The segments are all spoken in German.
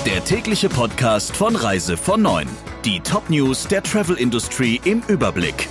Der tägliche Podcast von Reise von 9. Die Top-News der Travel-Industrie im Überblick.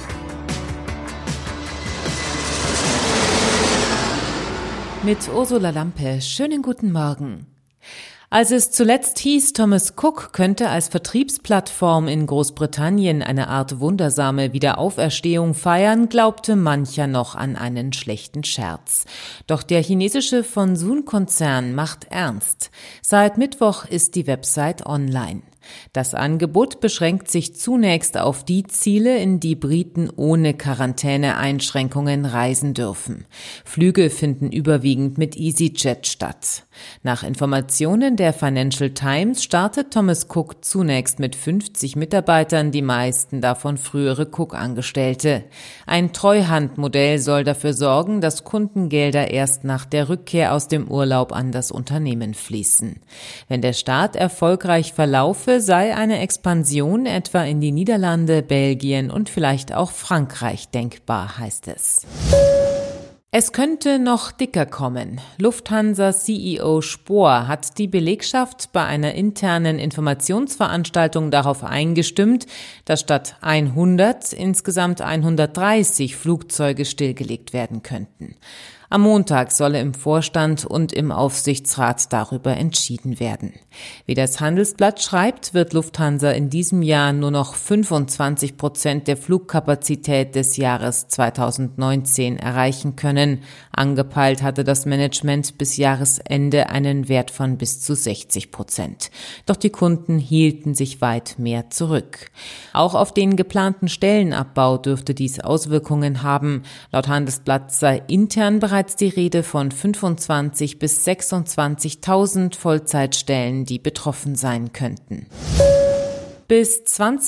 Mit Ursula Lampe. Schönen guten Morgen. Als es zuletzt hieß, Thomas Cook könnte als Vertriebsplattform in Großbritannien eine Art wundersame Wiederauferstehung feiern, glaubte mancher noch an einen schlechten Scherz. Doch der chinesische Fosun-Konzern macht ernst. Seit Mittwoch ist die Website online. Das Angebot beschränkt sich zunächst auf die Ziele, in die Briten ohne Quarantäneeinschränkungen reisen dürfen. Flüge finden überwiegend mit EasyJet statt. Nach Informationen der Financial Times startet Thomas Cook zunächst mit 50 Mitarbeitern, die meisten davon frühere Cook-Angestellte. Ein Treuhandmodell soll dafür sorgen, dass Kundengelder erst nach der Rückkehr aus dem Urlaub an das Unternehmen fließen. Wenn der Start erfolgreich verlaufe, sei eine Expansion etwa in die Niederlande, Belgien und vielleicht auch Frankreich denkbar, heißt es. Es könnte noch dicker kommen. Lufthansa-CEO Spohr hat die Belegschaft bei einer internen Informationsveranstaltung darauf eingestimmt, dass statt 100 insgesamt 130 Flugzeuge stillgelegt werden könnten. Am Montag solle im Vorstand und im Aufsichtsrat darüber entschieden werden. Wie das Handelsblatt schreibt, wird Lufthansa in diesem Jahr nur noch 25% der Flugkapazität des Jahres 2019 erreichen können. Angepeilt hatte das Management bis Jahresende einen Wert von bis zu 60%. Doch die Kunden hielten sich weit mehr zurück. Auch auf den geplanten Stellenabbau dürfte dies Auswirkungen haben. Laut Handelsblatt sei intern bereits die Rede von 25.000 bis 26.000 Vollzeitstellen, die betroffen sein könnten. Bis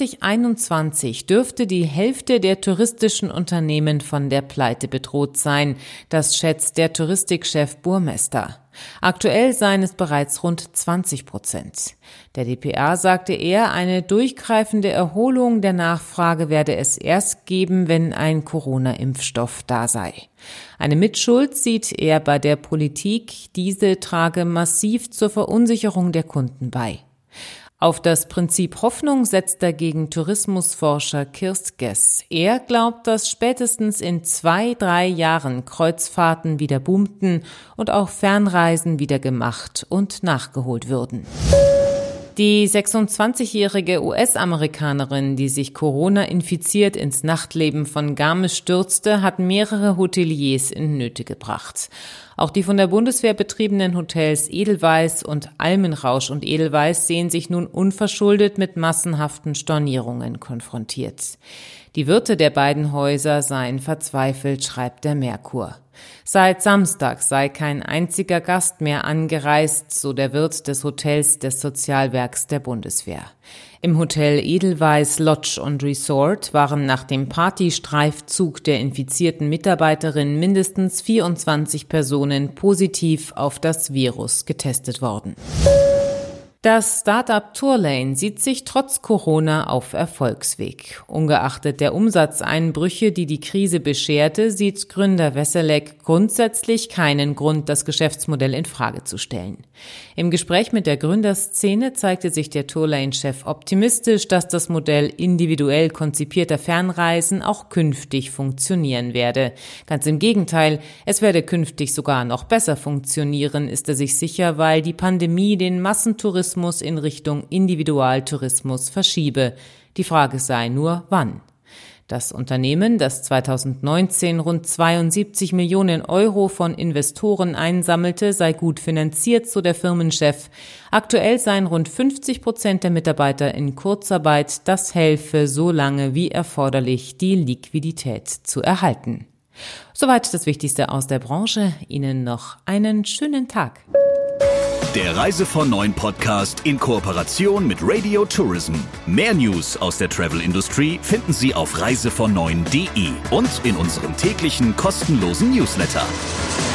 2021 dürfte die Hälfte der touristischen Unternehmen von der Pleite bedroht sein. Das schätzt der Touristikchef Burmester. Aktuell seien es bereits rund 20%. Der dpa sagte er, eine durchgreifende Erholung der Nachfrage werde es erst geben, wenn ein Corona-Impfstoff da sei. Eine Mitschuld sieht er bei der Politik, diese trage massiv zur Verunsicherung der Kunden bei. Auf das Prinzip Hoffnung setzt dagegen Tourismusforscher Kirst Gess. Er glaubt, dass spätestens in 2-3 Jahren Kreuzfahrten wieder boomten und auch Fernreisen wieder gemacht und nachgeholt würden. Die 26-jährige US-Amerikanerin, die sich Corona infiziert ins Nachtleben von Garmisch stürzte, hat mehrere Hoteliers in Nöte gebracht. Auch die von der Bundeswehr betriebenen Hotels Edelweiss und Almenrausch und Edelweiss sehen sich nun unverschuldet mit massenhaften Stornierungen konfrontiert. Die Wirte der beiden Häuser seien verzweifelt, schreibt der Merkur. Seit Samstag sei kein einziger Gast mehr angereist, so der Wirt des Hotels des Sozialwerks der Bundeswehr. Im Hotel Edelweiss Lodge und Resort waren nach dem Partystreifzug der infizierten Mitarbeiterin mindestens 24 Personen positiv auf das Virus getestet worden. Das Start-up Tourlane sieht sich trotz Corona auf Erfolgsweg. Ungeachtet der Umsatzeinbrüche, die die Krise bescherte, sieht Gründer Wesselek grundsätzlich keinen Grund, das Geschäftsmodell in Frage zu stellen. Im Gespräch mit der Gründerszene zeigte sich der Tourlane-Chef optimistisch, dass das Modell individuell konzipierter Fernreisen auch künftig funktionieren werde. Ganz im Gegenteil, es werde künftig sogar noch besser funktionieren, ist er sich sicher, weil die Pandemie den Massentourismus in Richtung Individualtourismus verschiebe. Die Frage sei nur, wann. Das Unternehmen, das 2019 rund 72 Millionen Euro von Investoren einsammelte, sei gut finanziert, so der Firmenchef. Aktuell seien rund 50% der Mitarbeiter in Kurzarbeit. Das helfe so lange wie erforderlich, die Liquidität zu erhalten. Soweit das Wichtigste aus der Branche. Ihnen noch einen schönen Tag. Der Reise von 9 Podcast in Kooperation mit Radio Tourism. Mehr News aus der Travel-Industrie finden Sie auf reisevon9.de und in unserem täglichen kostenlosen Newsletter.